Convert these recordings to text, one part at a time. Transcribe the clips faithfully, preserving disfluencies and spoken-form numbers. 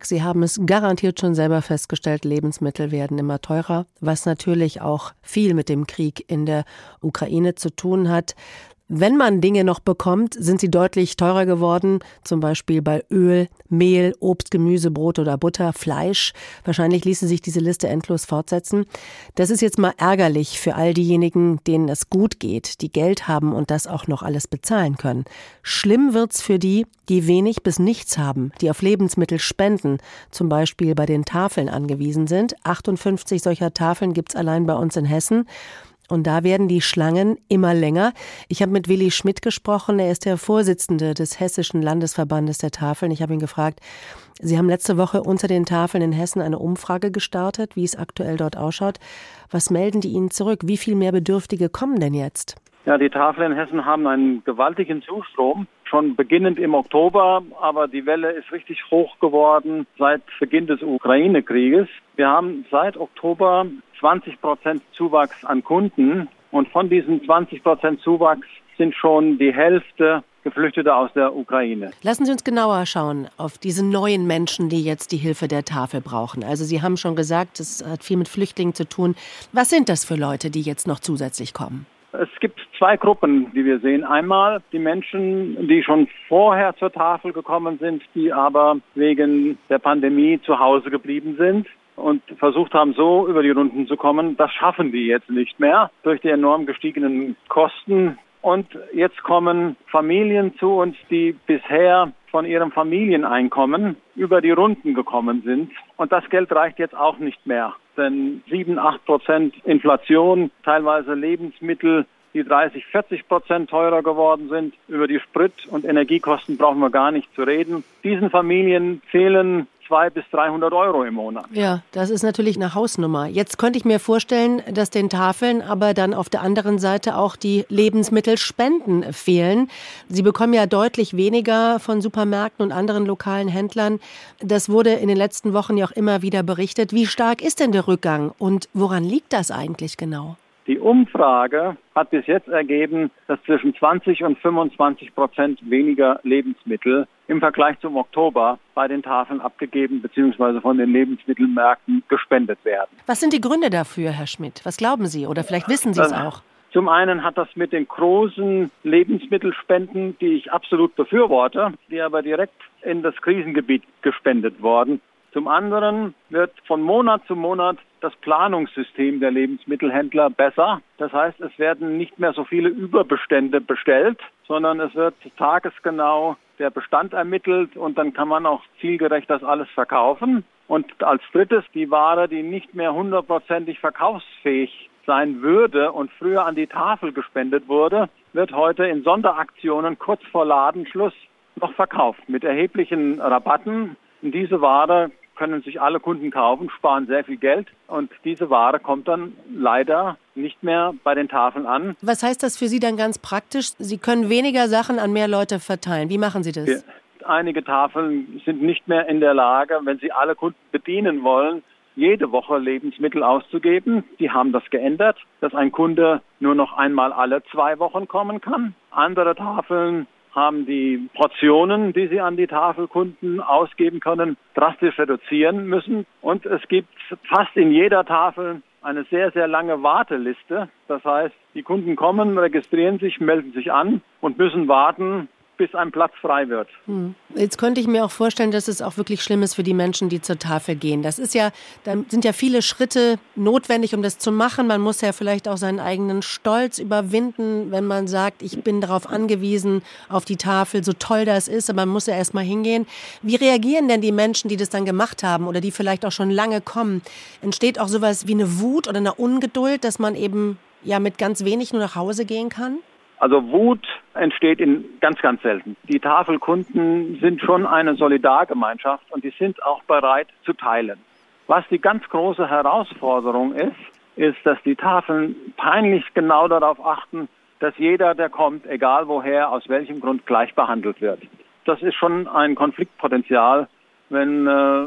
Sie haben es garantiert schon selber festgestellt, Lebensmittel werden immer teurer, was natürlich auch viel mit dem Krieg in der Ukraine zu tun hat. Wenn man Dinge noch bekommt, sind sie deutlich teurer geworden, zum Beispiel bei Öl, Mehl, Obst, Gemüse, Brot oder Butter, Fleisch. Wahrscheinlich ließe sich diese Liste endlos fortsetzen. Das ist jetzt mal ärgerlich für all diejenigen, denen es gut geht, die Geld haben und das auch noch alles bezahlen können. Schlimm wird's für die, die wenig bis nichts haben, die auf Lebensmittel spenden, zum Beispiel bei den Tafeln angewiesen sind. achtundfünfzig solcher Tafeln gibt's allein bei uns in Hessen. Und da werden die Schlangen immer länger. Ich habe mit Willi Schmidt gesprochen. Er ist der Vorsitzende des Hessischen Landesverbandes der Tafeln. Ich habe ihn gefragt, Sie haben letzte Woche unter den Tafeln in Hessen eine Umfrage gestartet, wie es aktuell dort ausschaut. Was melden die Ihnen zurück? Wie viel mehr Bedürftige kommen denn jetzt? Ja, die Tafeln in Hessen haben einen gewaltigen Zustrom, schon beginnend im Oktober, aber die Welle ist richtig hoch geworden seit Beginn des Ukraine-Krieges. Wir haben seit Oktober zwanzig Prozent Zuwachs an Kunden und von diesen zwanzig Prozent Zuwachs sind schon die Hälfte Geflüchtete aus der Ukraine. Lassen Sie uns genauer schauen auf diese neuen Menschen, die jetzt die Hilfe der Tafel brauchen. Also Sie haben schon gesagt, es hat viel mit Flüchtlingen zu tun. Was sind das für Leute, die jetzt noch zusätzlich kommen? Es gibt zwei Gruppen, die wir sehen. Einmal die Menschen, die schon vorher zur Tafel gekommen sind, die aber wegen der Pandemie zu Hause geblieben sind und versucht haben, so über die Runden zu kommen. Das schaffen die jetzt nicht mehr durch die enorm gestiegenen Kosten. Und jetzt kommen Familien zu uns, die bisher von ihrem Familieneinkommen über die Runden gekommen sind. Und das Geld reicht jetzt auch nicht mehr. Denn sieben, acht Prozent Inflation, teilweise Lebensmittel, die dreißig, vierzig Prozent teurer geworden sind. Über die Sprit- und Energiekosten brauchen wir gar nicht zu reden. Diesen Familien fehlen zweihundert bis dreihundert Euro im Monat. Ja, das ist natürlich eine Hausnummer. Jetzt könnte ich mir vorstellen, dass den Tafeln aber dann auf der anderen Seite auch die Lebensmittelspenden fehlen. Sie bekommen ja deutlich weniger von Supermärkten und anderen lokalen Händlern. Das wurde in den letzten Wochen ja auch immer wieder berichtet. Wie stark ist denn der Rückgang und woran liegt das eigentlich genau? Die Umfrage hat bis jetzt ergeben, dass zwischen zwanzig und fünfundzwanzig Prozent weniger Lebensmittel im Vergleich zum Oktober bei den Tafeln abgegeben bzw. von den Lebensmittelmärkten gespendet werden. Was sind die Gründe dafür, Herr Schmidt? Was glauben Sie? Oder vielleicht wissen Sie es auch. Zum einen hat das mit den großen Lebensmittelspenden, die ich absolut befürworte, die aber direkt in das Krisengebiet gespendet worden. Zum anderen wird von Monat zu Monat das Planungssystem der Lebensmittelhändler besser. Das heißt, es werden nicht mehr so viele Überbestände bestellt, sondern es wird tagesgenau der Bestand ermittelt und dann kann man auch zielgerecht das alles verkaufen. Und als drittes die Ware, die nicht mehr hundertprozentig verkaufsfähig sein würde und früher an die Tafel gespendet wurde, wird heute in Sonderaktionen kurz vor Ladenschluss noch verkauft mit erheblichen Rabatten. Und diese Ware können sich alle Kunden kaufen, sparen sehr viel Geld und diese Ware kommt dann leider nicht mehr bei den Tafeln an. Was heißt das für Sie dann ganz praktisch? Sie können weniger Sachen an mehr Leute verteilen. Wie machen Sie das? Ja, einige Tafeln sind nicht mehr in der Lage, wenn sie alle Kunden bedienen wollen, jede Woche Lebensmittel auszugeben. Die haben das geändert, dass ein Kunde nur noch einmal alle zwei Wochen kommen kann. Andere Tafeln haben die Portionen, die sie an die Tafelkunden ausgeben können, drastisch reduzieren müssen. Und es gibt fast in jeder Tafel eine sehr, sehr lange Warteliste. Das heißt, die Kunden kommen, registrieren sich, melden sich an und müssen warten, bis ein Platz frei wird. Hm. Jetzt könnte ich mir auch vorstellen, dass es auch wirklich schlimm ist für die Menschen, die zur Tafel gehen. Das ist ja, da sind ja viele Schritte notwendig, um das zu machen. Man muss ja vielleicht auch seinen eigenen Stolz überwinden, wenn man sagt, ich bin darauf angewiesen, auf die Tafel, so toll das ist, aber man muss ja erst mal hingehen. Wie reagieren denn die Menschen, die das dann gemacht haben oder die vielleicht auch schon lange kommen? Entsteht auch sowas wie eine Wut oder eine Ungeduld, dass man eben ja mit ganz wenig nur nach Hause gehen kann? Also Wut entsteht in ganz, ganz selten. Die Tafelkunden sind schon eine Solidargemeinschaft und die sind auch bereit zu teilen. Was die ganz große Herausforderung ist, ist, dass die Tafeln peinlich genau darauf achten, dass jeder, der kommt, egal woher, aus welchem Grund, gleich behandelt wird. Das ist schon ein Konfliktpotenzial, wenn äh,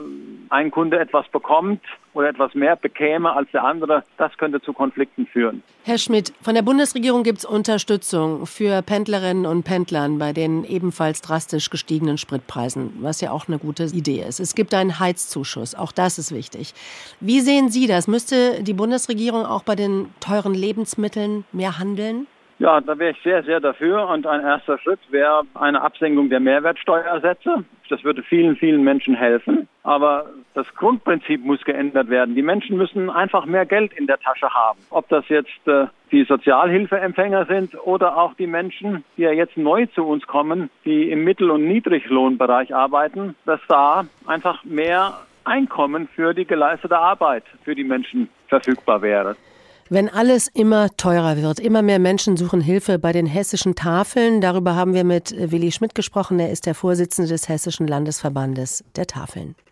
ein Kunde etwas bekommt oder etwas mehr bekäme als der andere, das könnte zu Konflikten führen. Herr Schmidt, von der Bundesregierung gibt es Unterstützung für Pendlerinnen und Pendlern bei den ebenfalls drastisch gestiegenen Spritpreisen, was ja auch eine gute Idee ist. Es gibt einen Heizzuschuss, auch das ist wichtig. Wie sehen Sie das? Müsste die Bundesregierung auch bei den teuren Lebensmitteln mehr handeln? Ja, da wäre ich sehr, sehr dafür. Und ein erster Schritt wäre eine Absenkung der Mehrwertsteuersätze. Das würde vielen, vielen Menschen helfen. Aber das Grundprinzip muss geändert werden. Die Menschen müssen einfach mehr Geld in der Tasche haben. Ob das jetzt äh, die Sozialhilfeempfänger sind oder auch die Menschen, die ja jetzt neu zu uns kommen, die im Mittel- und Niedriglohnbereich arbeiten, dass da einfach mehr Einkommen für die geleistete Arbeit für die Menschen verfügbar wäre. Wenn alles immer teurer wird, immer mehr Menschen suchen Hilfe bei den hessischen Tafeln. Darüber haben wir mit Willi Schmidt gesprochen. Er ist der Vorsitzende des Hessischen Landesverbandes der Tafeln.